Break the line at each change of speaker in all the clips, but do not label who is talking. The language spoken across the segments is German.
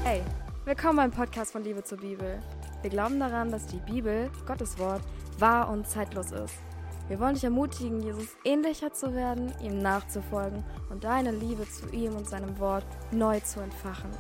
Hey, willkommen beim Podcast von Liebe zur Bibel. Wir glauben daran, dass die Bibel, Gottes Wort, wahr und zeitlos ist. Wir wollen dich ermutigen, Jesus ähnlicher zu werden, ihm nachzufolgen und deine Liebe zu ihm und seinem Wort neu zu entfachen.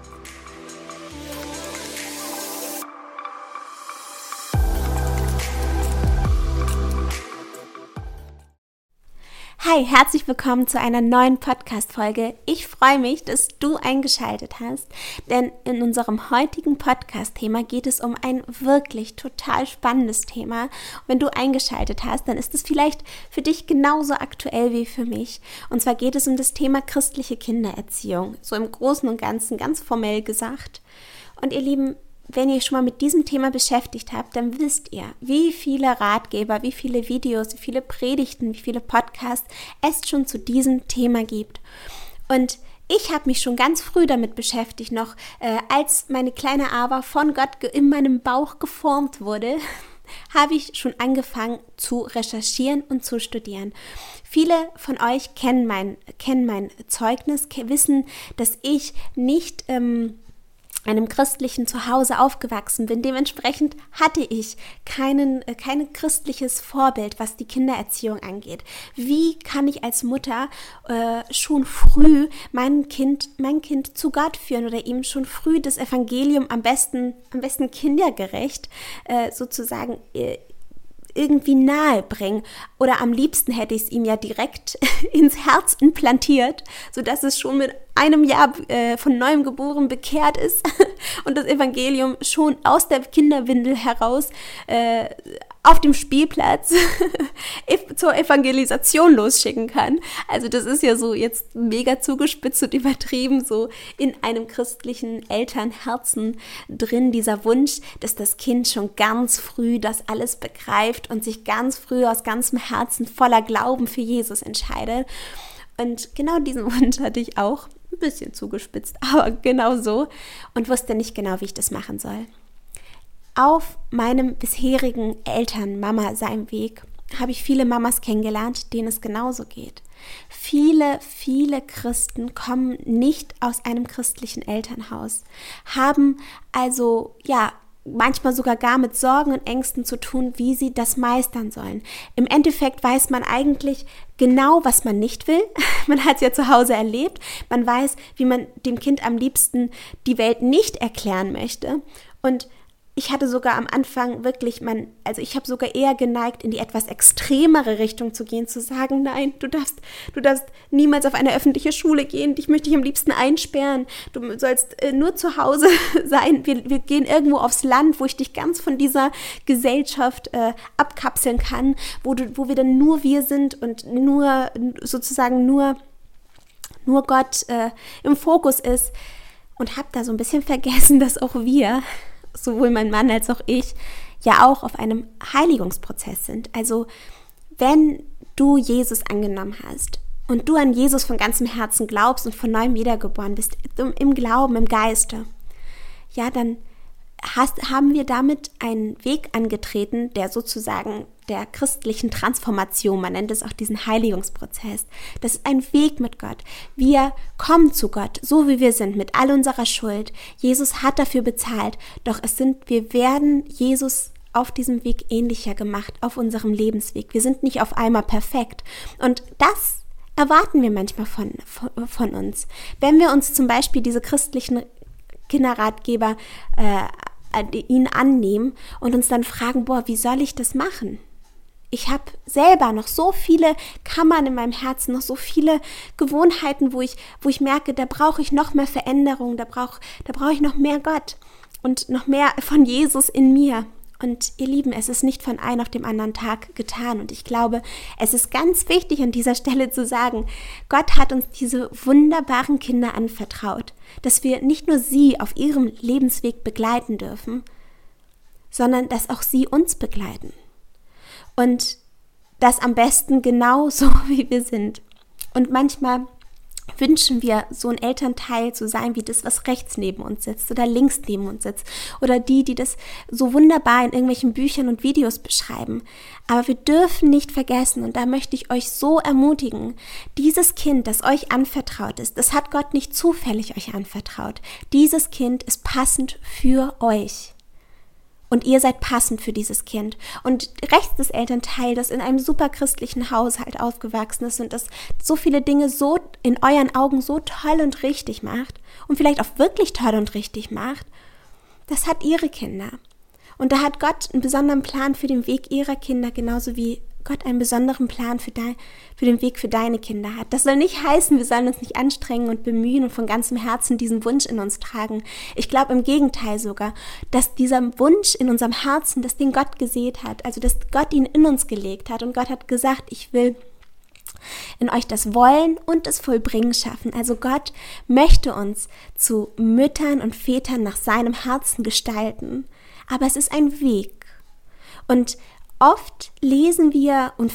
Hi, herzlich willkommen zu einer neuen Podcast-Folge. Ich freue mich, dass du eingeschaltet hast, denn in unserem heutigen Podcast-Thema geht es um ein wirklich total spannendes Thema. Und wenn du eingeschaltet hast, dann ist es vielleicht für dich genauso aktuell wie für mich. Und zwar geht es um das Thema christliche Kindererziehung, so im Großen und Ganzen, ganz formell gesagt. Und ihr Lieben, wenn ihr schon mal mit diesem Thema beschäftigt habt, dann wisst ihr, wie viele Ratgeber, wie viele Videos, wie viele Predigten, wie viele Podcasts es schon zu diesem Thema gibt. Und ich habe mich schon ganz früh damit beschäftigt, noch als meine kleine Ava von Gott in meinem Bauch geformt wurde, habe ich schon angefangen zu recherchieren und zu studieren. Viele von euch kennen mein Zeugnis, wissen, dass ich nicht einem christlichen Zuhause aufgewachsen bin. Dementsprechend hatte ich kein christliches Vorbild, was die Kindererziehung angeht. Wie kann ich als Mutter schon früh mein Kind zu Gott führen oder ihm schon früh das Evangelium am besten kindergerecht sozusagen irgendwie nahe bringen. Oder am liebsten hätte ich es ihm ja direkt ins Herz implantiert, sodass es schon mit einem Jahr von neuem geboren bekehrt ist und das Evangelium schon aus der Kinderwindel heraus auf dem Spielplatz zur Evangelisation losschicken kann. Also das ist ja so jetzt mega zugespitzt und übertrieben, so in einem christlichen Elternherzen drin, dieser Wunsch, dass das Kind schon ganz früh das alles begreift und sich ganz früh aus ganzem Herzen voller Glauben für Jesus entscheidet. Und genau diesen Wunsch hatte ich auch, ein bisschen zugespitzt, aber genau so, und wusste nicht genau, wie ich das machen soll. Auf meinem bisherigen Eltern-Mama-Sein Weg habe ich viele Mamas kennengelernt, denen es genauso geht. Viele Christen kommen nicht aus einem christlichen Elternhaus, haben also, manchmal sogar gar mit Sorgen und Ängsten zu tun, wie sie das meistern sollen. Im Endeffekt weiß man eigentlich genau, was man nicht will. Man hat es ja zu Hause erlebt. Man weiß, wie man dem Kind am liebsten die Welt nicht erklären möchte. Und ich hatte sogar am Anfang wirklich, ich habe sogar eher geneigt, in die etwas extremere Richtung zu gehen, zu sagen, nein, du darfst niemals auf eine öffentliche Schule gehen, ich möchte dich am liebsten einsperren, du sollst nur zu Hause sein, wir gehen irgendwo aufs Land, wo ich dich ganz von dieser Gesellschaft abkapseln kann, wo wir dann nur wir sind und nur Gott im Fokus ist, und habe da so ein bisschen vergessen, dass auch wir, sowohl mein Mann als auch ich, ja auch auf einem Heiligungsprozess sind. Also wenn du Jesus angenommen hast und du an Jesus von ganzem Herzen glaubst und von neuem wiedergeboren bist, im Glauben, im Geiste, ja, dann haben wir damit einen Weg angetreten, der sozusagen der christlichen Transformation, man nennt es auch diesen Heiligungsprozess. Das ist ein Weg mit Gott. Wir kommen zu Gott, so wie wir sind, mit all unserer Schuld. Jesus hat dafür bezahlt, doch wir werden Jesus auf diesem Weg ähnlicher gemacht, auf unserem Lebensweg. Wir sind nicht auf einmal perfekt. Und das erwarten wir manchmal von uns. Wenn wir uns zum Beispiel diese christlichen Kinderratgeber ihn annehmen und uns dann fragen, wie soll ich das machen? Ich habe selber noch so viele Kammern in meinem Herzen, noch so viele Gewohnheiten, wo ich merke, da brauche ich noch mehr Veränderung, da brauche ich noch mehr Gott und noch mehr von Jesus in mir. Und ihr Lieben, es ist nicht von einem auf dem anderen Tag getan. Und ich glaube, es ist ganz wichtig, an dieser Stelle zu sagen, Gott hat uns diese wunderbaren Kinder anvertraut, dass wir nicht nur sie auf ihrem Lebensweg begleiten dürfen, sondern dass auch sie uns begleiten. Und das am besten genau so, wie wir sind. Und manchmal wünschen wir, so ein Elternteil zu sein, wie das, was rechts neben uns sitzt oder links neben uns sitzt oder die das so wunderbar in irgendwelchen Büchern und Videos beschreiben. Aber wir dürfen nicht vergessen, und da möchte ich euch so ermutigen, dieses Kind, das euch anvertraut ist, das hat Gott nicht zufällig euch anvertraut. Dieses Kind ist passend für euch. Und ihr seid passend für dieses Kind. Und rechts das Elternteil, das in einem super christlichen Haushalt aufgewachsen ist und das so viele Dinge so in euren Augen so toll und richtig macht und vielleicht auch wirklich toll und richtig macht, das hat ihre Kinder. Und da hat Gott einen besonderen Plan für den Weg ihrer Kinder, genauso wie Gott einen besonderen Plan für den Weg für deine Kinder hat. Das soll nicht heißen, wir sollen uns nicht anstrengen und bemühen und von ganzem Herzen diesen Wunsch in uns tragen. Ich glaube im Gegenteil sogar, dass dieser Wunsch in unserem Herzen, dass den Gott gesät hat, also dass Gott ihn in uns gelegt hat und Gott hat gesagt, ich will in euch das Wollen und das Vollbringen schaffen. Also Gott möchte uns zu Müttern und Vätern nach seinem Herzen gestalten. Aber es ist ein Weg. Und oft lesen wir und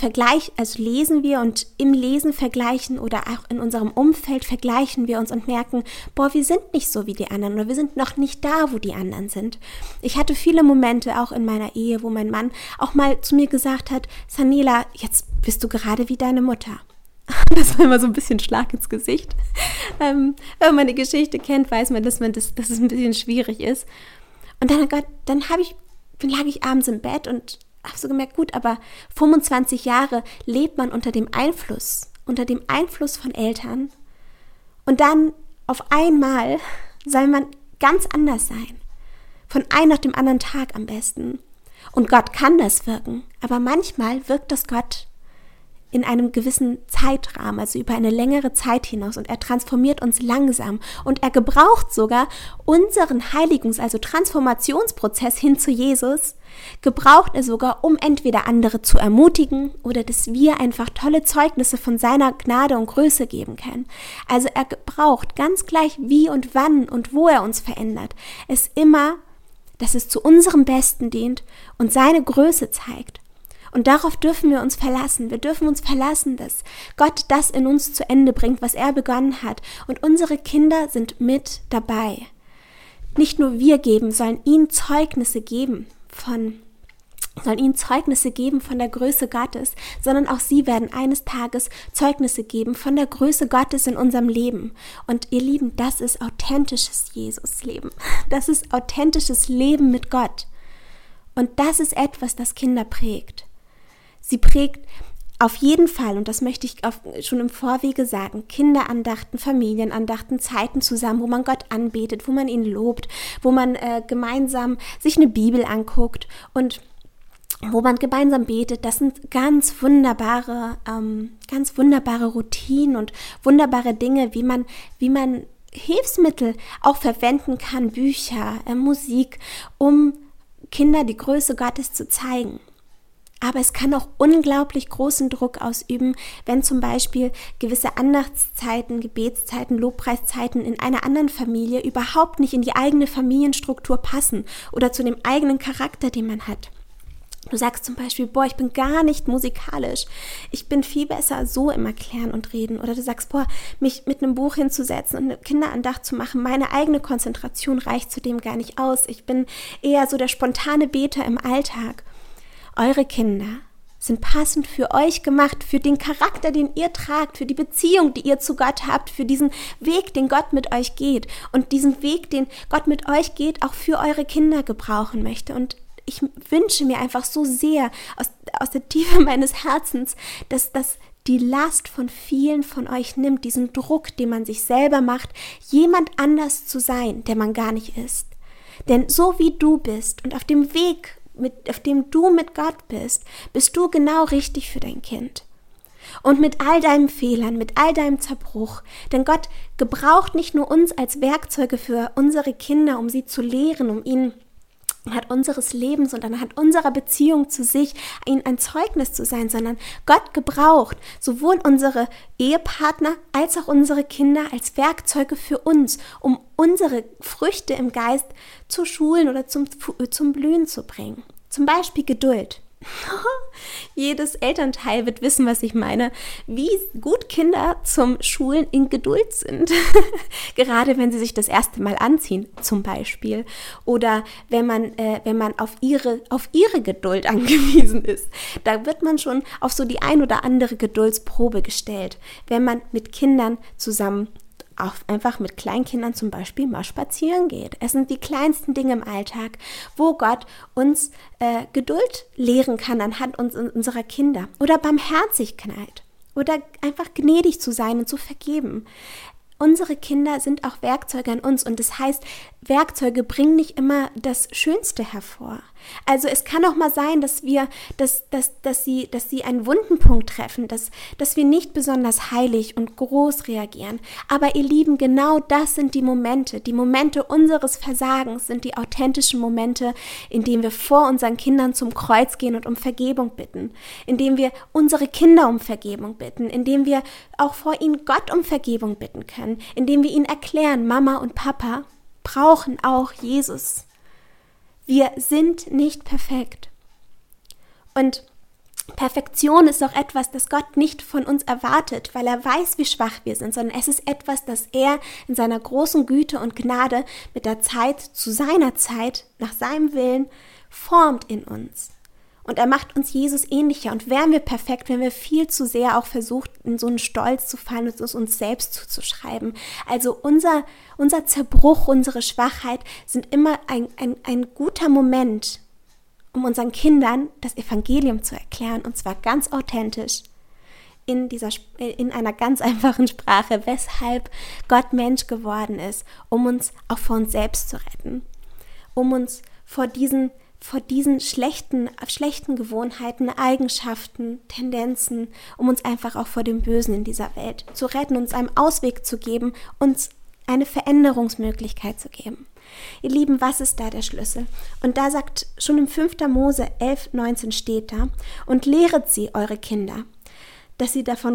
im Lesen vergleichen oder auch in unserem Umfeld vergleichen wir uns und merken, wir sind nicht so wie die anderen oder wir sind noch nicht da, wo die anderen sind. Ich hatte viele Momente auch in meiner Ehe, wo mein Mann auch mal zu mir gesagt hat, Sanela, jetzt bist du gerade wie deine Mutter. Das war immer so ein bisschen Schlag ins Gesicht. Wenn man eine Geschichte kennt, weiß man, dass es ein bisschen schwierig ist. Und dann lag ich abends im Bett und habe so gemerkt, gut, aber 25 Jahre lebt man unter dem Einfluss von Eltern und dann auf einmal soll man ganz anders sein. Von einem nach dem anderen Tag am besten. Und Gott kann das wirken, aber manchmal wirkt das Gott in einem gewissen Zeitrahmen, also über eine längere Zeit hinaus und er transformiert uns langsam und er gebraucht sogar unseren also Transformationsprozess hin zu Jesus, gebraucht er sogar, um entweder andere zu ermutigen oder dass wir einfach tolle Zeugnisse von seiner Gnade und Größe geben können. Also er gebraucht ganz gleich wie und wann und wo er uns verändert, es immer, dass es zu unserem Besten dient und seine Größe zeigt. Und darauf dürfen wir uns verlassen. Wir dürfen uns verlassen, dass Gott das in uns zu Ende bringt, was er begonnen hat. Und unsere Kinder sind mit dabei. Nicht nur wir sollen ihnen Zeugnisse geben von der Größe Gottes, sondern auch sie werden eines Tages Zeugnisse geben von der Größe Gottes in unserem Leben. Und ihr Lieben, das ist authentisches Jesusleben. Das ist authentisches Leben mit Gott. Und das ist etwas, das Kinder prägt. Sie prägt auf jeden Fall, und das möchte ich schon im Vorwege sagen, Kinderandachten, Familienandachten, Zeiten zusammen, wo man Gott anbetet, wo man ihn lobt, wo man gemeinsam sich eine Bibel anguckt und wo man gemeinsam betet. Das sind ganz wunderbare Routinen und wunderbare Dinge, wie man Hilfsmittel auch verwenden kann, Bücher, Musik, um Kinder die Größe Gottes zu zeigen. Aber es kann auch unglaublich großen Druck ausüben, wenn zum Beispiel gewisse Andachtszeiten, Gebetszeiten, Lobpreiszeiten in einer anderen Familie überhaupt nicht in die eigene Familienstruktur passen oder zu dem eigenen Charakter, den man hat. Du sagst zum Beispiel, ich bin gar nicht musikalisch, ich bin viel besser so im Erklären und Reden. Oder du sagst, mich mit einem Buch hinzusetzen und eine Kinderandacht zu machen, meine eigene Konzentration reicht zudem gar nicht aus. Ich bin eher so der spontane Beter im Alltag. Eure Kinder sind passend für euch gemacht, für den Charakter, den ihr tragt, für die Beziehung, die ihr zu Gott habt, für diesen Weg, den Gott mit euch geht und diesen Weg, den Gott mit euch geht, auch für eure Kinder gebrauchen möchte. Und ich wünsche mir einfach so sehr aus der Tiefe meines Herzens, dass das die Last von vielen von euch nimmt, diesen Druck, den man sich selber macht, jemand anders zu sein, der man gar nicht ist. Denn so wie du bist und auf dem Weg, auf dem du mit Gott bist du genau richtig für dein Kind. Und mit all deinen Fehlern, mit all deinem Zerbruch. Denn Gott gebraucht nicht nur uns als Werkzeuge für unsere Kinder, um sie zu lehren, um ihnen anhand unseres Lebens und anhand unserer Beziehung zu sich ihnen ein Zeugnis zu sein, sondern Gott gebraucht sowohl unsere Ehepartner als auch unsere Kinder als Werkzeuge für uns, um unsere Früchte im Geist zu schulen oder zum Blühen zu bringen. Zum Beispiel Geduld. Jedes Elternteil wird wissen, was ich meine, wie gut Kinder zum Schulen in Geduld sind. Gerade wenn sie sich das erste Mal anziehen, zum Beispiel. Oder wenn man auf ihre Geduld angewiesen ist. Da wird man schon auf so die ein oder andere Geduldsprobe gestellt, wenn man mit Kindern zusammen auch einfach mit Kleinkindern zum Beispiel mal spazieren geht. Es sind die kleinsten Dinge im Alltag, wo Gott uns Geduld lehren kann anhand unserer Kinder. Oder Barmherzigkeit. Oder einfach gnädig zu sein und zu vergeben. Unsere Kinder sind auch Werkzeuge an uns und das heißt, Werkzeuge bringen nicht immer das Schönste hervor. Also es kann auch mal sein, dass sie einen wunden Punkt treffen, dass wir nicht besonders heilig und groß reagieren. Aber ihr Lieben, genau das sind die Momente unseres Versagens sind die authentischen Momente, in denen wir vor unseren Kindern zum Kreuz gehen und um Vergebung bitten, in denen wir unsere Kinder um Vergebung bitten, in denen wir auch vor ihnen Gott um Vergebung bitten können, in denen wir ihnen erklären, Mama und Papa brauchen auch Jesus. Wir sind nicht perfekt. Und Perfektion ist auch etwas, das Gott nicht von uns erwartet, weil er weiß, wie schwach wir sind, sondern es ist etwas, das er in seiner großen Güte und Gnade mit der Zeit, zu seiner Zeit, nach seinem Willen, formt in uns. Und er macht uns Jesus ähnlicher. Und wären wir perfekt, wenn wir viel zu sehr auch versucht, in so einen Stolz zu fallen und es uns selbst zuzuschreiben. Also unser Zerbruch, unsere Schwachheit sind immer ein guter Moment, um unseren Kindern das Evangelium zu erklären. Und zwar ganz authentisch, in einer ganz einfachen Sprache, weshalb Gott Mensch geworden ist, um uns auch vor uns selbst zu retten. Um uns vor diesen schlechten Gewohnheiten, Eigenschaften, Tendenzen, um uns einfach auch vor dem Bösen in dieser Welt zu retten, uns einen Ausweg zu geben, uns eine Veränderungsmöglichkeit zu geben. Ihr Lieben, was ist da der Schlüssel? Und da sagt schon im 5. Mose 11,19 steht da, und lehret sie, eure Kinder, dass du davon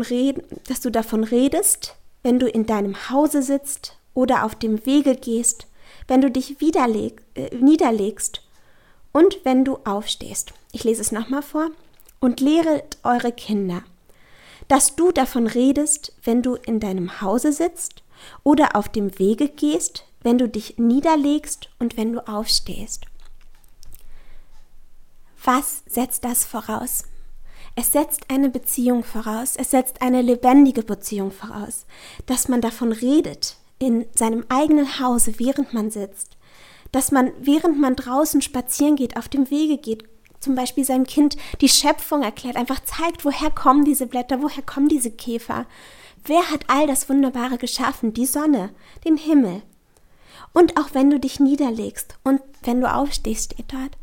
redest, wenn du in deinem Hause sitzt oder auf dem Wege gehst, wenn du dich niederlegst und wenn du aufstehst. Ich lese es nochmal vor. Und lehret eure Kinder, dass du davon redest, wenn du in deinem Hause sitzt oder auf dem Wege gehst, wenn du dich niederlegst und wenn du aufstehst. Was setzt das voraus? Es setzt eine Beziehung voraus. Es setzt eine lebendige Beziehung voraus, dass man davon redet in seinem eigenen Hause, während man sitzt. Dass man, während man draußen spazieren geht, auf dem Wege geht, zum Beispiel seinem Kind die Schöpfung erklärt, einfach zeigt, woher kommen diese Blätter, woher kommen diese Käfer. Wer hat all das Wunderbare geschaffen? Die Sonne, den Himmel. Und auch wenn du dich niederlegst und wenn du aufstehst, steht dort.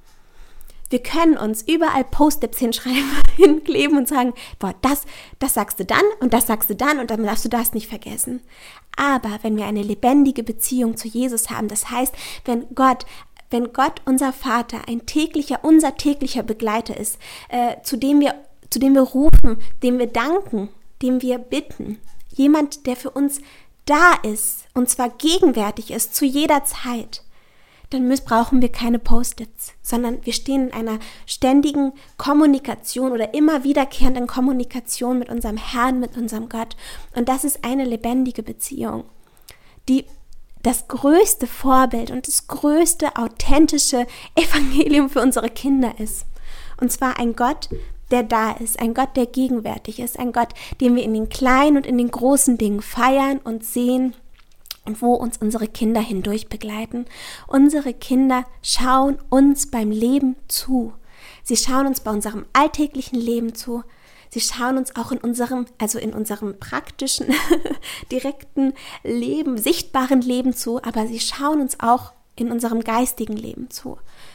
Wir können uns überall Post-its hinschreiben, hinkleben und sagen, boah, das sagst du dann und das sagst du dann und dann darfst du das nicht vergessen. Aber wenn wir eine lebendige Beziehung zu Jesus haben, das heißt, wenn Gott unser Vater, unser täglicher Begleiter ist, zu dem wir rufen, dem wir danken, dem wir bitten, jemand, der für uns da ist und zwar gegenwärtig ist zu jeder Zeit, dann brauchen wir keine Post-its, sondern wir stehen in einer ständigen Kommunikation oder immer wiederkehrenden Kommunikation mit unserem Herrn, mit unserem Gott. Und das ist eine lebendige Beziehung, die das größte Vorbild und das größte authentische Evangelium für unsere Kinder ist. Und zwar ein Gott, der da ist, ein Gott, der gegenwärtig ist, ein Gott, den wir in den kleinen und in den großen Dingen feiern und sehen und wo uns unsere Kinder hindurch begleiten. Unsere Kinder schauen uns beim Leben zu. Sie schauen uns bei unserem alltäglichen Leben zu. Sie schauen uns auch in unserem praktischen, direkten Leben, sichtbaren Leben zu, aber sie schauen uns auch in unserem geistigen Leben zu.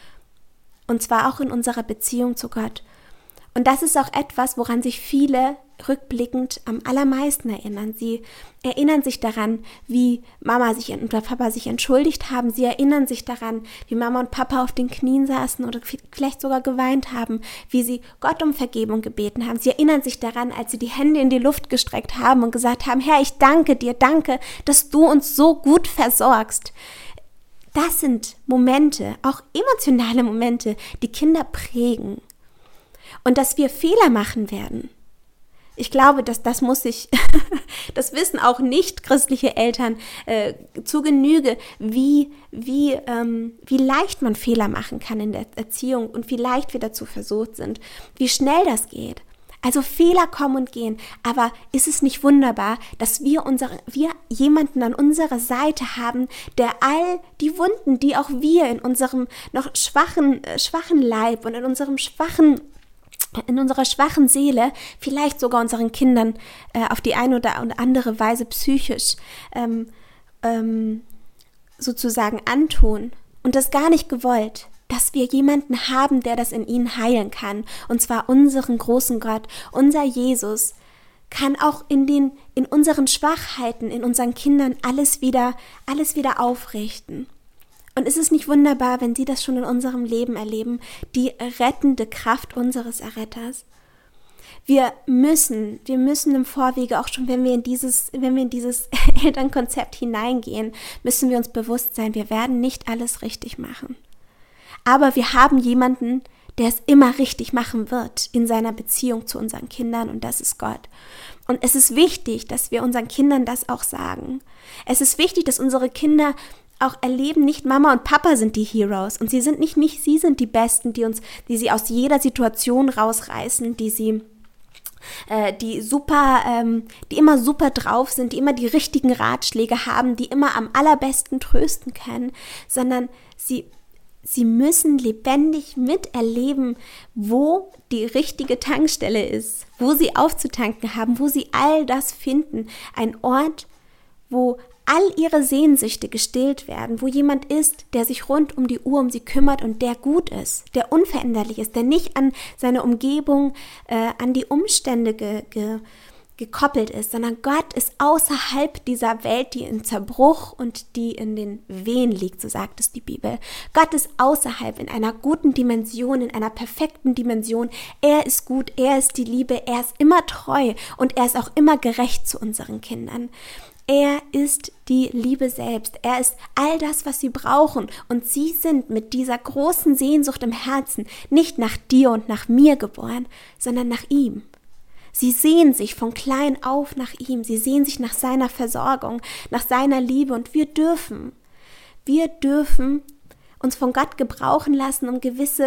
Und zwar auch in unserer Beziehung zu Gott. Und das ist auch etwas, woran sich viele rückblickend am allermeisten erinnern. Sie erinnern sich daran, wie Mama und Papa sich entschuldigt haben. Sie erinnern sich daran, wie Mama und Papa auf den Knien saßen oder vielleicht sogar geweint haben, wie sie Gott um Vergebung gebeten haben. Sie erinnern sich daran, als sie die Hände in die Luft gestreckt haben und gesagt haben, Herr, ich danke dir, danke, dass du uns so gut versorgst. Das sind Momente, auch emotionale Momente, die Kinder prägen. und dass wir Fehler machen werden. Ich glaube, das muss ich, das wissen auch nicht christliche Eltern zu Genüge, wie leicht man Fehler machen kann in der Erziehung und wie leicht wir dazu versucht sind, wie schnell das geht. Also Fehler kommen und gehen, aber ist es nicht wunderbar, dass wir jemanden an unserer Seite haben, der all die Wunden, die auch wir in unserem noch schwachen Leib und in unserer schwachen Seele, vielleicht sogar unseren Kindern auf die eine oder andere Weise psychisch sozusagen antun und das gar nicht gewollt, dass wir jemanden haben, der das in ihnen heilen kann, und zwar unseren großen Gott, unser Jesus, kann auch in unseren Schwachheiten, in unseren Kindern alles wieder aufrichten. Und ist es nicht wunderbar, wenn Sie das schon in unserem Leben erleben, die rettende Kraft unseres Erretters? Wir müssen im Vorwege, auch schon wenn wir in dieses Elternkonzept hineingehen, müssen wir uns bewusst sein, wir werden nicht alles richtig machen. Aber wir haben jemanden, der es immer richtig machen wird in seiner Beziehung zu unseren Kindern, und das ist Gott. Und es ist wichtig, dass wir unseren Kindern das auch sagen. Es ist wichtig, dass unsere Kinder auch erleben, nicht Mama und Papa sind die Heroes und sie sind nicht sie sind die Besten, die sie aus jeder Situation rausreißen, die immer super drauf sind, die immer die richtigen Ratschläge haben, die immer am allerbesten trösten können, sondern sie müssen lebendig miterleben, wo die richtige Tankstelle ist, wo sie aufzutanken haben, wo sie all das finden. Ein Ort, wo all ihre Sehnsüchte gestillt werden, wo jemand ist, der sich rund um die Uhr um sie kümmert und der gut ist, der unveränderlich ist, der nicht an seine Umgebung, an die Umstände gekoppelt ist, sondern Gott ist außerhalb dieser Welt, die in Zerbruch und die in den Wehen liegt, so sagt es die Bibel. Gott ist außerhalb, in einer guten Dimension, in einer perfekten Dimension. Er ist gut, er ist die Liebe, er ist immer treu und er ist auch immer gerecht zu unseren Kindern. Er ist die Liebe selbst. Er ist all das, was sie brauchen. Und sie sind mit dieser großen Sehnsucht im Herzen nicht nach dir und nach mir geboren, sondern nach ihm. Sie sehen sich von klein auf nach ihm. Sie sehen sich nach seiner Versorgung, nach seiner Liebe. Und wir dürfen uns von Gott gebrauchen lassen, um gewisse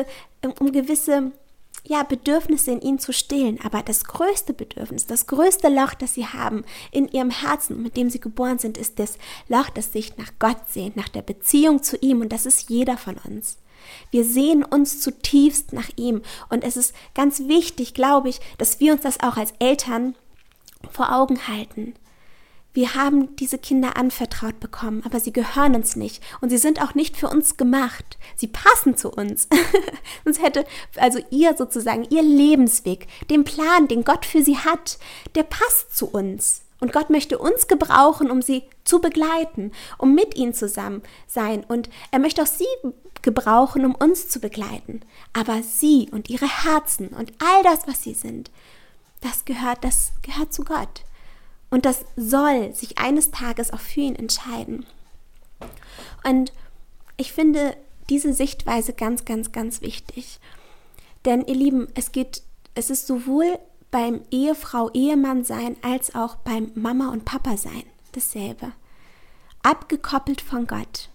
Bedürfnisse in ihnen zu stillen. Aber das größte Bedürfnis, das größte Loch, das sie haben in ihrem Herzen, mit dem sie geboren sind, ist das Loch, das sich nach Gott sehnt, nach der Beziehung zu ihm. Und das ist jeder von uns. Wir sehen uns zutiefst nach ihm. Und es ist ganz wichtig, glaube ich, dass wir uns das auch als Eltern vor Augen halten. Wir haben diese Kinder anvertraut bekommen, aber sie gehören uns nicht und sie sind auch nicht für uns gemacht. Sie passen zu uns. Sonst hätte also ihr Lebensweg, den Plan, den Gott für sie hat, der passt zu uns. Und Gott möchte uns gebrauchen, um sie zu begleiten, um mit ihnen zusammen sein. Und er möchte auch sie gebrauchen, um uns zu begleiten. Aber sie und ihre Herzen und all das, was sie sind, das gehört zu Gott. Und das soll sich eines Tages auch für ihn entscheiden. Und ich finde diese Sichtweise ganz, ganz, ganz wichtig. Denn ihr Lieben, es ist sowohl beim Ehefrau-Ehemann-Sein als auch beim Mama- und Papa-Sein dasselbe. Abgekoppelt von Gott.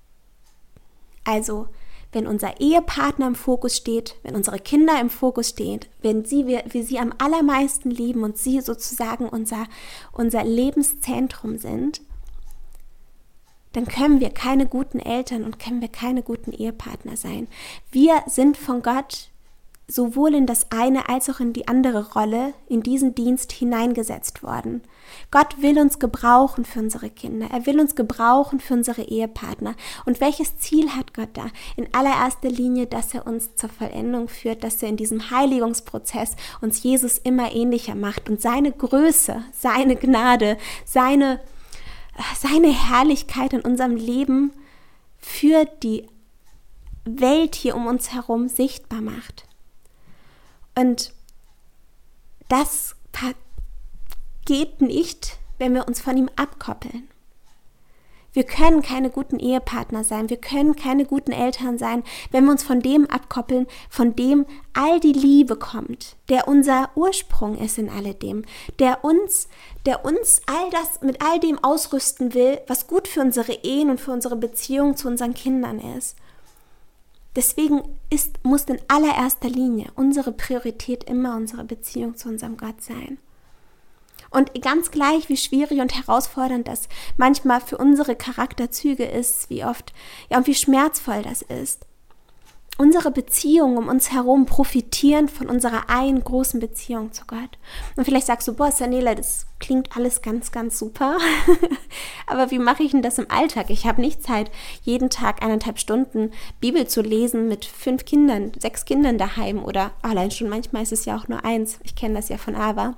Also, wenn unser Ehepartner im Fokus steht, wenn unsere Kinder im Fokus stehen, wenn wir sie am allermeisten lieben und sie sozusagen unser Lebenszentrum sind, dann können wir keine guten Eltern und können wir keine guten Ehepartner sein. Wir sind von Gott sowohl in das eine als auch in die andere Rolle, in diesen Dienst hineingesetzt worden. Gott will uns gebrauchen für unsere Kinder. Er will uns gebrauchen für unsere Ehepartner. Und welches Ziel hat Gott da? In allererster Linie, dass er uns zur Vollendung führt, dass er in diesem Heiligungsprozess uns Jesus immer ähnlicher macht und seine Größe, seine Gnade, seine Herrlichkeit in unserem Leben für die Welt hier um uns herum sichtbar macht. Und das geht nicht, wenn wir uns von ihm abkoppeln. Wir können keine guten Ehepartner sein, wir können keine guten Eltern sein, wenn wir uns von dem abkoppeln, von dem all die Liebe kommt, der unser Ursprung ist in alledem, der uns all das mit all dem ausrüsten will, was gut für unsere Ehen und für unsere Beziehung zu unseren Kindern ist. Deswegen muss in allererster Linie unsere Priorität immer unsere Beziehung zu unserem Gott sein. Und ganz gleich, wie schwierig und herausfordernd das manchmal für unsere Charakterzüge ist, wie oft, und wie schmerzvoll das ist. Unsere Beziehungen um uns herum profitieren von unserer einen großen Beziehung zu Gott. Und vielleicht sagst du, boah, Sanela, das klingt alles ganz, ganz super. Aber wie mache ich denn das im Alltag? Ich habe nicht Zeit, jeden Tag 1,5 Stunden Bibel zu lesen mit 5 Kindern, 6 Kindern daheim oder allein schon manchmal ist es ja auch nur 1. Ich kenne das ja von Ava.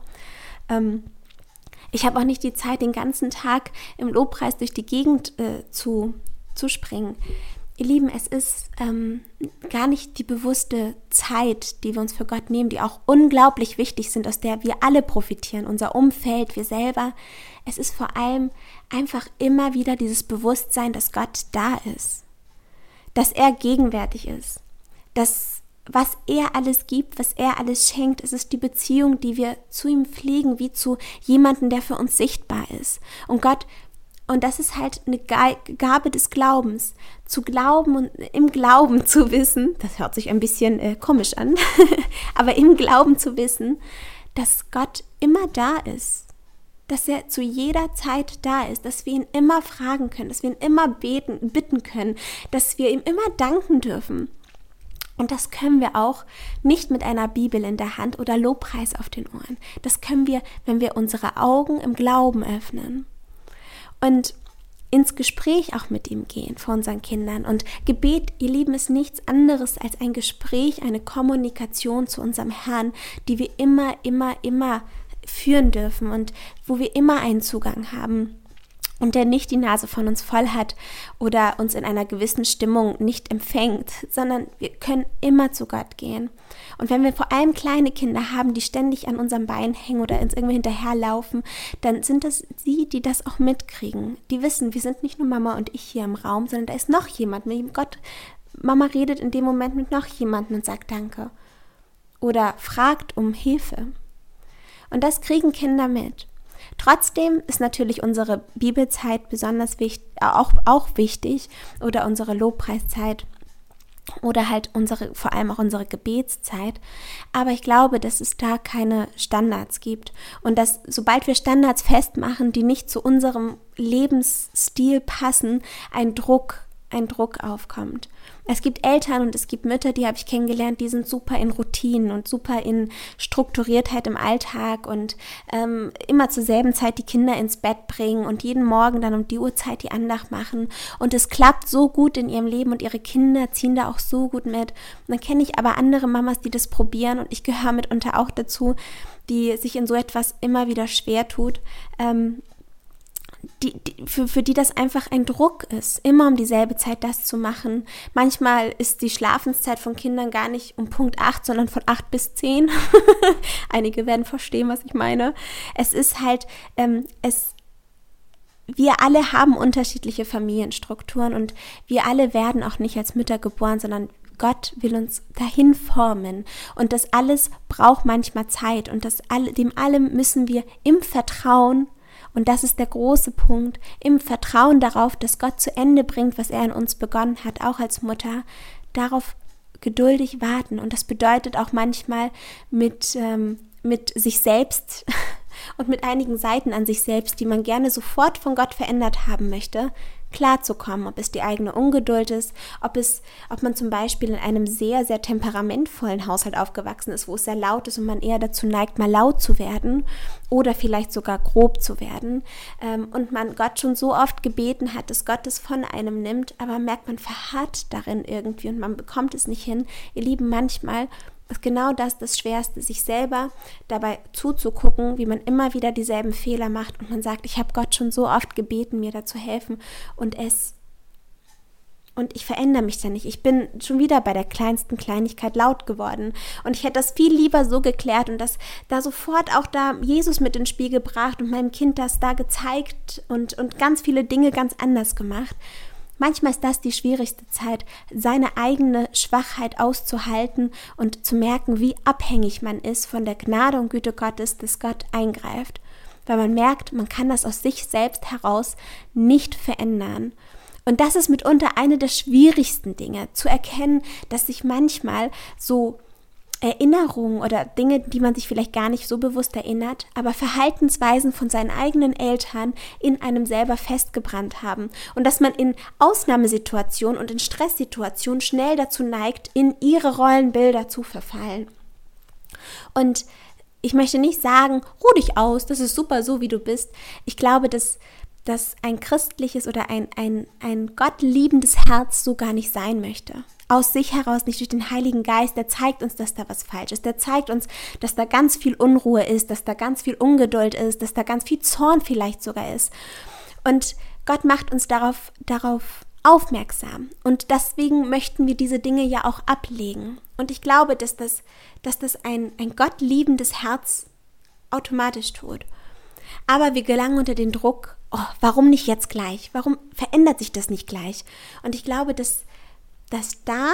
Ich habe auch nicht die Zeit, den ganzen Tag im Lobpreis durch die Gegend zu springen. Ihr Lieben, es ist gar nicht die bewusste Zeit, die wir uns für Gott nehmen, die auch unglaublich wichtig sind, aus der wir alle profitieren, unser Umfeld, wir selber. Es ist vor allem einfach immer wieder dieses Bewusstsein, dass Gott da ist, dass er gegenwärtig ist, dass was er alles gibt, was er alles schenkt, es ist die Beziehung, die wir zu ihm pflegen, wie zu jemandem, der für uns sichtbar ist. Und das ist halt eine Gabe des Glaubens, zu glauben und im Glauben zu wissen, das hört sich ein bisschen komisch an, aber im Glauben zu wissen, dass Gott immer da ist, dass er zu jeder Zeit da ist, dass wir ihn immer fragen können, dass wir ihn immer bitten können, dass wir ihm immer danken dürfen. Und das können wir auch nicht mit einer Bibel in der Hand oder Lobpreis auf den Ohren. Das können wir, wenn wir unsere Augen im Glauben öffnen und ins Gespräch auch mit ihm gehen vor unseren Kindern. Und Gebet, ihr Lieben, ist nichts anderes als ein Gespräch, eine Kommunikation zu unserem Herrn, die wir immer führen dürfen und wo wir immer einen Zugang haben. Und der nicht die Nase von uns voll hat oder uns in einer gewissen Stimmung nicht empfängt, sondern wir können immer zu Gott gehen. Und wenn wir vor allem kleine Kinder haben, die ständig an unserem Bein hängen oder uns irgendwie hinterherlaufen, dann sind das sie, die das auch mitkriegen. Die wissen, wir sind nicht nur Mama und ich hier im Raum, sondern da ist noch jemand, mit dem Gott, Mama redet in dem Moment mit noch jemandem und sagt Danke. Oder fragt um Hilfe. Und das kriegen Kinder mit. Trotzdem ist natürlich unsere Bibelzeit besonders wichtig, auch wichtig, oder unsere Lobpreiszeit oder halt vor allem auch unsere Gebetszeit. Aber ich glaube, dass es da keine Standards gibt und dass sobald wir Standards festmachen, die nicht zu unserem Lebensstil passen, ein Druck aufkommt. Es gibt Eltern und es gibt Mütter, die habe ich kennengelernt, die sind super in Routinen und super in Strukturiertheit im Alltag und immer zur selben Zeit die Kinder ins Bett bringen und jeden Morgen dann um die Uhrzeit die Andacht machen und es klappt so gut in ihrem Leben und ihre Kinder ziehen da auch so gut mit. Und dann kenne ich aber andere Mamas, die das probieren und ich gehöre mitunter auch dazu, die sich in so etwas immer wieder schwer tut, für die das einfach ein Druck ist, immer um dieselbe Zeit das zu machen. Manchmal ist die Schlafenszeit von Kindern gar nicht um Punkt 8, sondern von 8 bis 10. Einige werden verstehen, was ich meine. Es ist halt, wir alle haben unterschiedliche Familienstrukturen und wir alle werden auch nicht als Mütter geboren, sondern Gott will uns dahin formen und das alles braucht manchmal Zeit und dem allem müssen wir im Vertrauen. Und das ist der große Punkt, im Vertrauen darauf, dass Gott zu Ende bringt, was er in uns begonnen hat, auch als Mutter, darauf geduldig warten. Und das bedeutet auch manchmal mit sich selbst und mit einigen Seiten an sich selbst, die man gerne sofort von Gott verändert haben möchte, klarzukommen, ob es die eigene Ungeduld ist, ob man zum Beispiel in einem sehr, sehr temperamentvollen Haushalt aufgewachsen ist, wo es sehr laut ist und man eher dazu neigt, mal laut zu werden oder vielleicht sogar grob zu werden und man Gott schon so oft gebeten hat, dass Gott es von einem nimmt, aber merkt, man verharrt darin irgendwie und man bekommt es nicht hin. Ihr Lieben, manchmal ist genau das Schwerste, sich selber dabei zuzugucken, wie man immer wieder dieselben Fehler macht und man sagt, ich habe Gott schon so oft gebeten, mir da zu helfen und und ich verändere mich dann nicht. Ich bin schon wieder bei der kleinsten Kleinigkeit laut geworden und ich hätte das viel lieber so geklärt und das da sofort auch da Jesus mit ins Spiel gebracht und meinem Kind das da gezeigt und ganz viele Dinge ganz anders gemacht. Manchmal ist das die schwierigste Zeit, seine eigene Schwachheit auszuhalten und zu merken, wie abhängig man ist von der Gnade und Güte Gottes, dass Gott eingreift. Weil man merkt, man kann das aus sich selbst heraus nicht verändern. Und das ist mitunter eine der schwierigsten Dinge, zu erkennen, dass sich manchmal so Erinnerungen oder Dinge, die man sich vielleicht gar nicht so bewusst erinnert, aber Verhaltensweisen von seinen eigenen Eltern in einem selber festgebrannt haben. Und dass man in Ausnahmesituationen und in Stresssituationen schnell dazu neigt, in ihre Rollenbilder zu verfallen. Und ich möchte nicht sagen, ruh dich aus, das ist super so, wie du bist. Ich glaube, dass ein christliches oder ein gottliebendes Herz so gar nicht sein möchte. Aus sich heraus, nicht durch den Heiligen Geist, der zeigt uns, dass da was falsch ist. Der zeigt uns, dass da ganz viel Unruhe ist, dass da ganz viel Ungeduld ist, dass da ganz viel Zorn vielleicht sogar ist. Und Gott macht uns darauf aufmerksam. Und deswegen möchten wir diese Dinge ja auch ablegen. Und ich glaube, dass das ein gottliebendes Herz automatisch tut. Aber wir gelangen unter den Druck, warum nicht jetzt gleich? Warum verändert sich das nicht gleich? Und ich glaube, dass da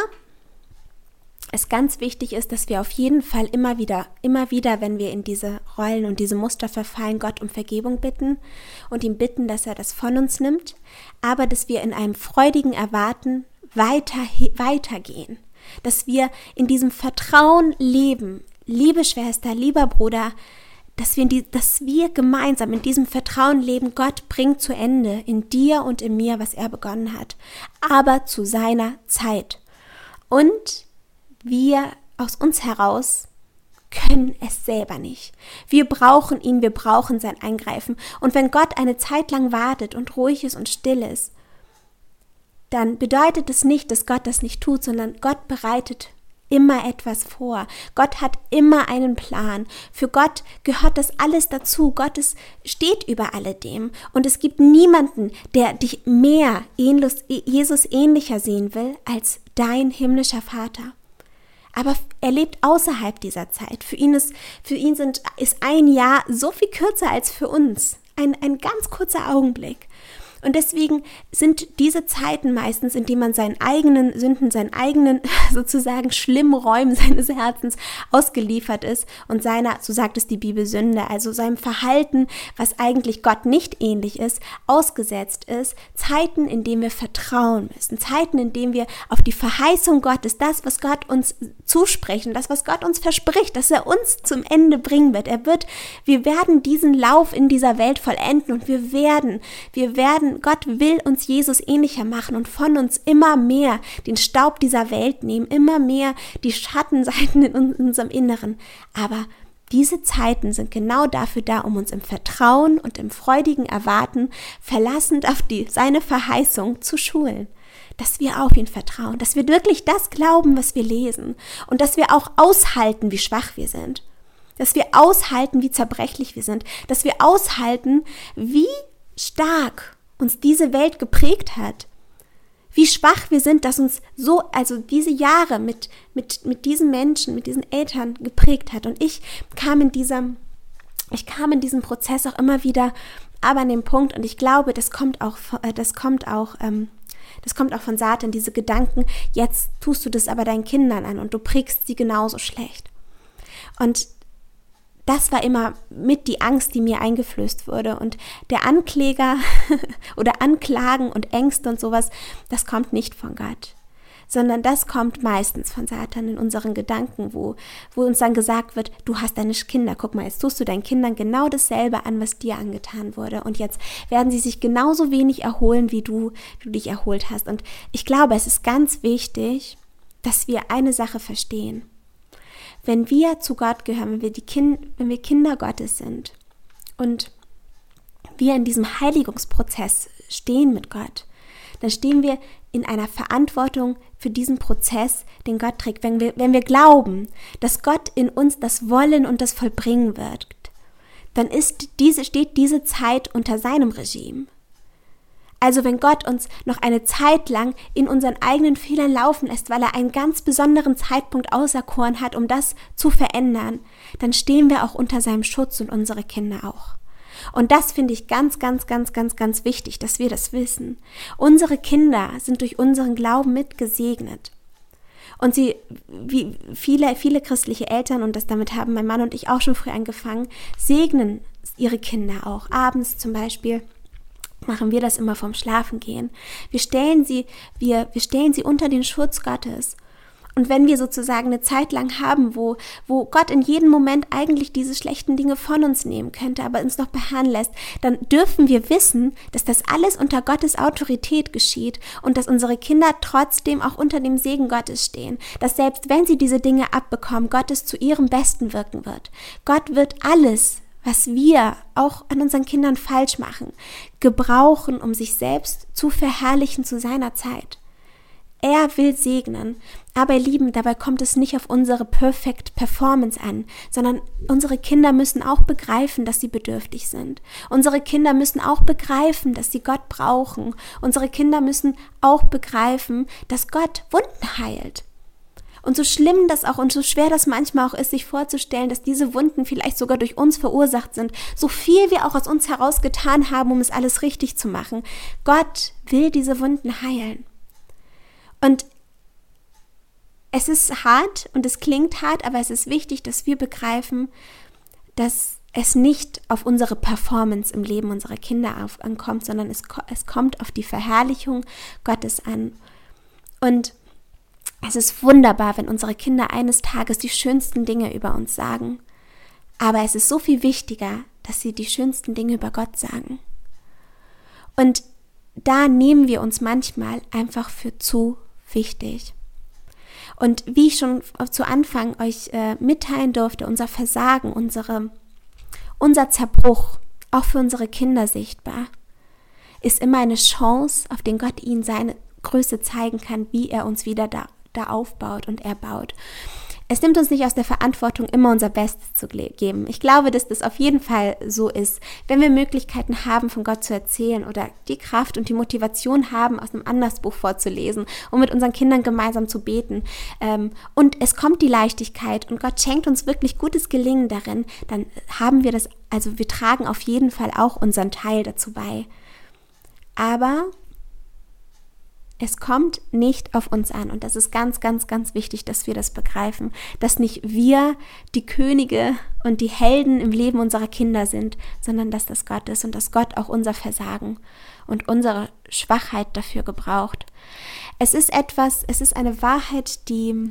es ganz wichtig ist, dass wir auf jeden Fall immer wieder, wenn wir in diese Rollen und diese Muster verfallen, Gott um Vergebung bitten und ihm bitten, dass er das von uns nimmt, aber dass wir in einem freudigen Erwarten weitergehen, dass wir in diesem Vertrauen leben, liebe Schwester, lieber Bruder, dass wir gemeinsam in diesem Vertrauen leben, Gott bringt zu Ende in dir und in mir, was er begonnen hat, aber zu seiner Zeit. Und wir aus uns heraus können es selber nicht. Wir brauchen ihn, wir brauchen sein Eingreifen. Und wenn Gott eine Zeit lang wartet und ruhig ist und still ist, dann bedeutet es nicht, dass Gott das nicht tut, sondern Gott bereitet immer etwas vor. Gott hat immer einen Plan. Für Gott gehört das alles dazu. Gott steht über alledem. Und es gibt niemanden, der dich mehr Jesus ähnlicher sehen will, als dein himmlischer Vater. Aber er lebt außerhalb dieser Zeit. Für ihn ist ein Jahr so viel kürzer als für uns. Ein ganz kurzer Augenblick. Und deswegen sind diese Zeiten meistens, in denen man seinen eigenen Sünden, seinen eigenen sozusagen schlimmen Räumen seines Herzens ausgeliefert ist und seiner, so sagt es die Bibel, Sünde, also seinem Verhalten, was eigentlich Gott nicht ähnlich ist, ausgesetzt ist, Zeiten, in denen wir vertrauen müssen, Zeiten, in denen wir auf die Verheißung Gottes, das, was Gott uns zuspricht und das, was Gott uns verspricht, dass er uns zum Ende bringen wird. Wir werden diesen Lauf in dieser Welt vollenden und wir werden, Gott will uns Jesus ähnlicher machen und von uns immer mehr den Staub dieser Welt nehmen, immer mehr die Schattenseiten in unserem Inneren. Aber diese Zeiten sind genau dafür da, um uns im Vertrauen und im freudigen Erwarten, verlassend auf seine Verheißung zu schulen. Dass wir auf ihn vertrauen, dass wir wirklich das glauben, was wir lesen und dass wir auch aushalten, wie schwach wir sind. Dass wir aushalten, wie zerbrechlich wir sind. Dass wir aushalten, wie stark uns diese Welt geprägt hat, wie schwach wir sind, dass uns diese Jahre mit diesen Menschen, mit diesen Eltern geprägt hat. Und ich kam in diesem Prozess auch immer wieder aber an den Punkt, und ich glaube, das kommt auch von Satan, diese Gedanken, jetzt tust du das aber deinen Kindern an und du prägst sie genauso schlecht. Und das war immer mit die Angst, die mir eingeflößt wurde. Und der Ankläger oder Anklagen und Ängste und sowas, das kommt nicht von Gott, sondern das kommt meistens von Satan in unseren Gedanken, wo uns dann gesagt wird, du hast deine Kinder, guck mal, jetzt tust du deinen Kindern genau dasselbe an, was dir angetan wurde. Und jetzt werden sie sich genauso wenig erholen, wie du dich erholt hast. Und ich glaube, es ist ganz wichtig, dass wir eine Sache verstehen. Wenn wir zu Gott gehören, wenn wir Kinder Gottes sind und wir in diesem Heiligungsprozess stehen mit Gott, dann stehen wir in einer Verantwortung für diesen Prozess, den Gott trägt. Wenn wir glauben, dass Gott in uns das Wollen und das Vollbringen wird, dann steht diese Zeit unter seinem Regime. Also wenn Gott uns noch eine Zeit lang in unseren eigenen Fehlern laufen lässt, weil er einen ganz besonderen Zeitpunkt auserkoren hat, um das zu verändern, dann stehen wir auch unter seinem Schutz und unsere Kinder auch. Und das finde ich ganz, ganz, ganz, ganz, ganz wichtig, dass wir das wissen. Unsere Kinder sind durch unseren Glauben mitgesegnet. Und sie, wie viele christliche Eltern, und damit haben mein Mann und ich auch schon früh angefangen, segnen ihre Kinder auch. Abends zum Beispiel machen wir das immer vorm Schlafengehen. Wir stellen sie unter den Schutz Gottes. Und wenn wir sozusagen eine Zeit lang haben, wo Gott in jedem Moment eigentlich diese schlechten Dinge von uns nehmen könnte, aber uns noch beharren lässt, dann dürfen wir wissen, dass das alles unter Gottes Autorität geschieht und dass unsere Kinder trotzdem auch unter dem Segen Gottes stehen. Dass selbst wenn sie diese Dinge abbekommen, Gott es zu ihrem Besten wirken wird. Gott wird alles, was wir auch an unseren Kindern falsch machen, gebrauchen, um sich selbst zu verherrlichen zu seiner Zeit. Er will segnen, aber ihr Lieben, dabei kommt es nicht auf unsere Perfect Performance an, sondern unsere Kinder müssen auch begreifen, dass sie bedürftig sind. Unsere Kinder müssen auch begreifen, dass sie Gott brauchen. Unsere Kinder müssen auch begreifen, dass Gott Wunden heilt. Und so schlimm das auch und so schwer das manchmal auch ist, sich vorzustellen, dass diese Wunden vielleicht sogar durch uns verursacht sind, so viel wir auch aus uns heraus getan haben, um es alles richtig zu machen. Gott will diese Wunden heilen. Und es ist hart und es klingt hart, aber es ist wichtig, dass wir begreifen, dass es nicht auf unsere Performance im Leben unserer Kinder ankommt, sondern es kommt auf die Verherrlichung Gottes an. Und es ist wunderbar, wenn unsere Kinder eines Tages die schönsten Dinge über uns sagen. Aber es ist so viel wichtiger, dass sie die schönsten Dinge über Gott sagen. Und da nehmen wir uns manchmal einfach für zu wichtig. Und wie ich schon zu Anfang euch mitteilen durfte, unser Versagen, unser Zerbruch, auch für unsere Kinder sichtbar, ist immer eine Chance, auf den Gott ihnen seine Größe zeigen kann, wie er uns wieder da aufbaut und erbaut. Es nimmt uns nicht aus der Verantwortung, immer unser Bestes zu geben. Ich glaube, dass das auf jeden Fall so ist. Wenn wir Möglichkeiten haben, von Gott zu erzählen oder die Kraft und die Motivation haben, aus einem Andersbuch vorzulesen und mit unseren Kindern gemeinsam zu beten und es kommt die Leichtigkeit und Gott schenkt uns wirklich gutes Gelingen darin, dann haben wir das, also wir tragen auf jeden Fall auch unseren Teil dazu bei. Aber es kommt nicht auf uns an und das ist ganz, ganz, ganz wichtig, dass wir das begreifen, dass nicht wir die Könige und die Helden im Leben unserer Kinder sind, sondern dass das Gott ist und dass Gott auch unser Versagen und unsere Schwachheit dafür gebraucht. Es ist eine Wahrheit, die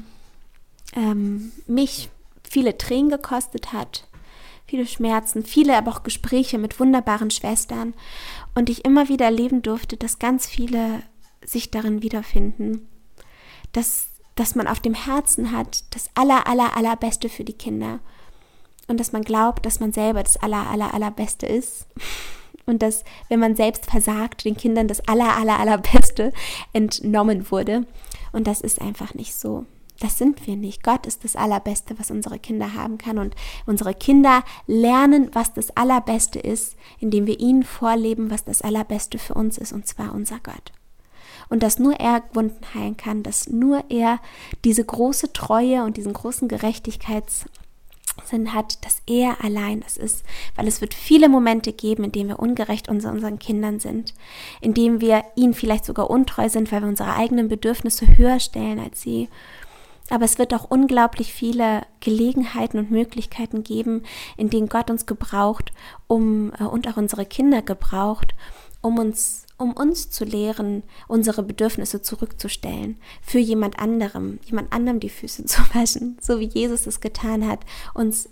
mich viele Tränen gekostet hat, viele Schmerzen, viele aber auch Gespräche mit wunderbaren Schwestern und ich immer wieder erleben durfte, dass ganz viele sich darin wiederfinden, dass man auf dem Herzen hat, das Allerbeste für die Kinder und dass man glaubt, dass man selber das Allerbeste ist und dass, wenn man selbst versagt, den Kindern das Allerbeste entnommen wurde und das ist einfach nicht so. Das sind wir nicht. Gott ist das Allerbeste, was unsere Kinder haben kann und unsere Kinder lernen, was das Allerbeste ist, indem wir ihnen vorleben, was das Allerbeste für uns ist und zwar unser Gott. Und dass nur er Wunden heilen kann, dass nur er diese große Treue und diesen großen Gerechtigkeitssinn hat, dass er allein das ist. Weil es wird viele Momente geben, in denen wir ungerecht unseren Kindern sind, in denen wir ihnen vielleicht sogar untreu sind, weil wir unsere eigenen Bedürfnisse höher stellen als sie. Aber es wird auch unglaublich viele Gelegenheiten und Möglichkeiten geben, in denen Gott uns gebraucht, und auch unsere Kinder gebraucht, um uns zu lehren, unsere Bedürfnisse zurückzustellen, für jemand anderem die Füße zu waschen, so wie Jesus es getan hat, uns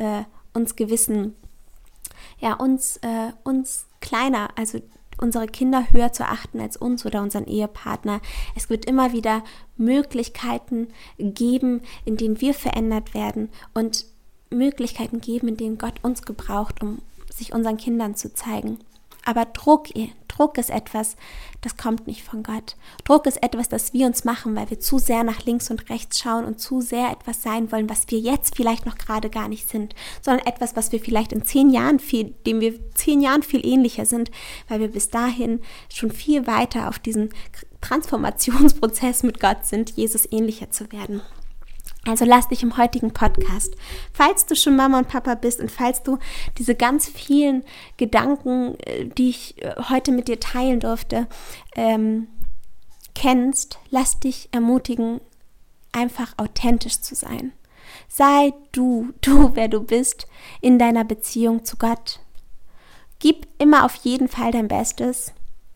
kleiner, also unsere Kinder höher zu achten als uns oder unseren Ehepartner. Es wird immer wieder Möglichkeiten geben, in denen wir verändert werden und Möglichkeiten geben, in denen Gott uns gebraucht, um sich unseren Kindern zu zeigen. Aber Druck Druck ist etwas, das kommt nicht von Gott. Druck ist etwas, das wir uns machen, weil wir zu sehr nach links und rechts schauen und zu sehr etwas sein wollen, was wir jetzt vielleicht noch gerade gar nicht sind, sondern etwas, was wir vielleicht in 10 Jahren dem wir 10 Jahren viel ähnlicher sind, weil wir bis dahin schon viel weiter auf diesen Transformationsprozess mit Gott sind, Jesus ähnlicher zu werden. Also lass dich im heutigen Podcast, falls du schon Mama und Papa bist und falls du diese ganz vielen Gedanken, die ich heute mit dir teilen durfte, kennst, lass dich ermutigen, einfach authentisch zu sein. Sei du, wer du bist, in deiner Beziehung zu Gott. Gib immer auf jeden Fall dein Bestes,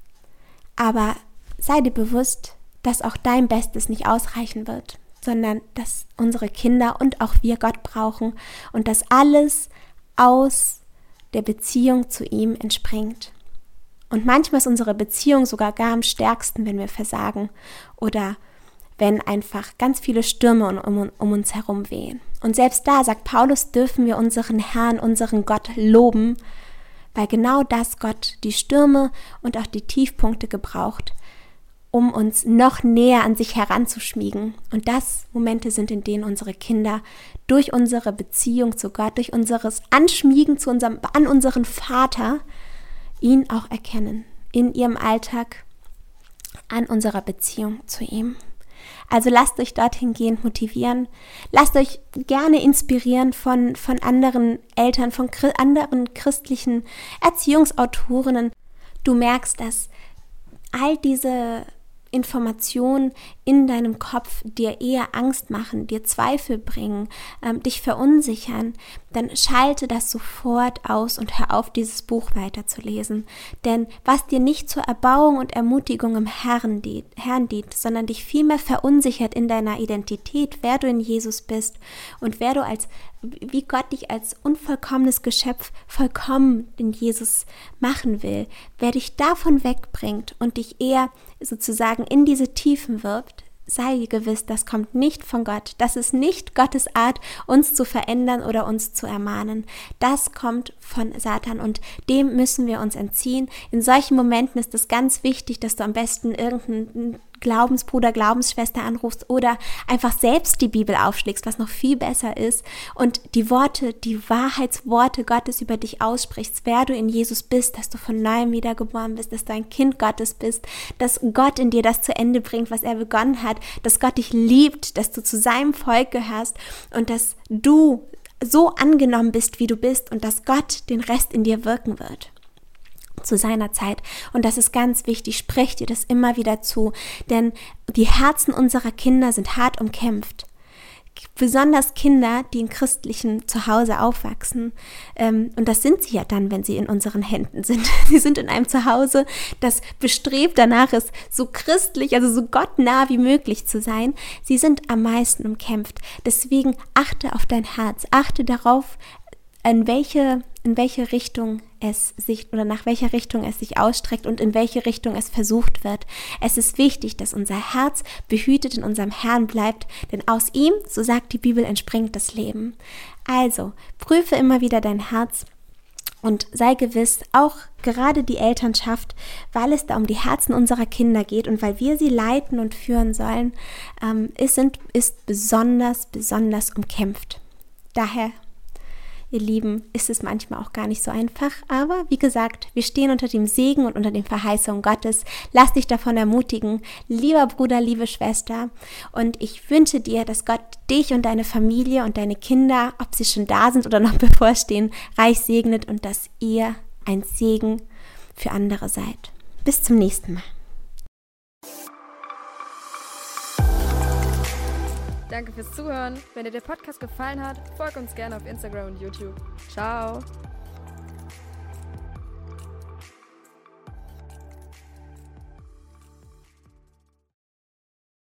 aber sei dir bewusst, dass auch dein Bestes nicht ausreichen wird, sondern dass unsere Kinder und auch wir Gott brauchen und dass alles aus der Beziehung zu ihm entspringt. Und manchmal ist unsere Beziehung sogar gar am stärksten, wenn wir versagen oder wenn einfach ganz viele Stürme um uns herum wehen. Und selbst da, sagt Paulus, dürfen wir unseren Herrn, unseren Gott loben, weil genau das Gott die Stürme und auch die Tiefpunkte gebraucht, um uns noch näher an sich heranzuschmiegen. Und das Momente sind, in denen unsere Kinder durch unsere Beziehung zu Gott, durch unseres Anschmiegen an unseren Vater, ihn auch erkennen, in ihrem Alltag, an unserer Beziehung zu ihm. Also lasst euch dorthin gehend motivieren. Lasst euch gerne inspirieren von anderen Eltern, von anderen christlichen Erziehungsautorinnen. Du merkst, dass all diese Informationen in deinem Kopf dir eher Angst machen, dir Zweifel bringen, dich verunsichern, dann schalte das sofort aus und hör auf, dieses Buch weiterzulesen. Denn was dir nicht zur Erbauung und Ermutigung im Herrn dient, sondern dich vielmehr verunsichert in deiner Identität, wer du in Jesus bist und wie Gott dich als unvollkommenes Geschöpf vollkommen in Jesus machen will, wer dich davon wegbringt und dich eher sozusagen in diese Tiefen wirft, sei gewiss, das kommt nicht von Gott. Das ist nicht Gottes Art, uns zu verändern oder uns zu ermahnen. Das kommt von Satan und dem müssen wir uns entziehen. In solchen Momenten ist es ganz wichtig, dass du am besten irgendeinen Glaubensbruder, Glaubensschwester anrufst oder einfach selbst die Bibel aufschlägst, was noch viel besser ist und die Wahrheitsworte Gottes über dich aussprichst, wer du in Jesus bist, dass du von neuem wiedergeboren bist, dass du ein Kind Gottes bist, dass Gott in dir das zu Ende bringt, was er begonnen hat, dass Gott dich liebt, dass du zu seinem Volk gehörst und dass du so angenommen bist, wie du bist und dass Gott den Rest in dir wirken wird. Zu seiner Zeit. Und das ist ganz wichtig, sprich dir das immer wieder zu, denn die Herzen unserer Kinder sind hart umkämpft. Besonders Kinder, die in christlichen Zuhause aufwachsen, und das sind sie ja dann, wenn sie in unseren Händen sind. Sie sind in einem Zuhause, das bestrebt danach ist, so christlich, also so gottnah wie möglich zu sein. Sie sind am meisten umkämpft. Deswegen achte auf dein Herz, achte darauf, in welche Richtung es sich oder nach welcher Richtung es sich ausstreckt und in welche Richtung es versucht wird. Es ist wichtig, dass unser Herz behütet in unserem Herrn bleibt, denn aus ihm, so sagt die Bibel, entspringt das Leben. Also, prüfe immer wieder dein Herz und sei gewiss, auch gerade die Elternschaft, weil es da um die Herzen unserer Kinder geht und weil wir sie leiten und führen sollen, ist besonders umkämpft. Daher, ihr Lieben, ist es manchmal auch gar nicht so einfach, aber wie gesagt, wir stehen unter dem Segen und unter den Verheißungen Gottes. Lass dich davon ermutigen, lieber Bruder, liebe Schwester, und ich wünsche dir, dass Gott dich und deine Familie und deine Kinder, ob sie schon da sind oder noch bevorstehen, reich segnet und dass ihr ein Segen für andere seid. Bis zum nächsten Mal.
Danke fürs Zuhören. Wenn dir der Podcast gefallen hat, folg uns gerne auf Instagram und YouTube. Ciao!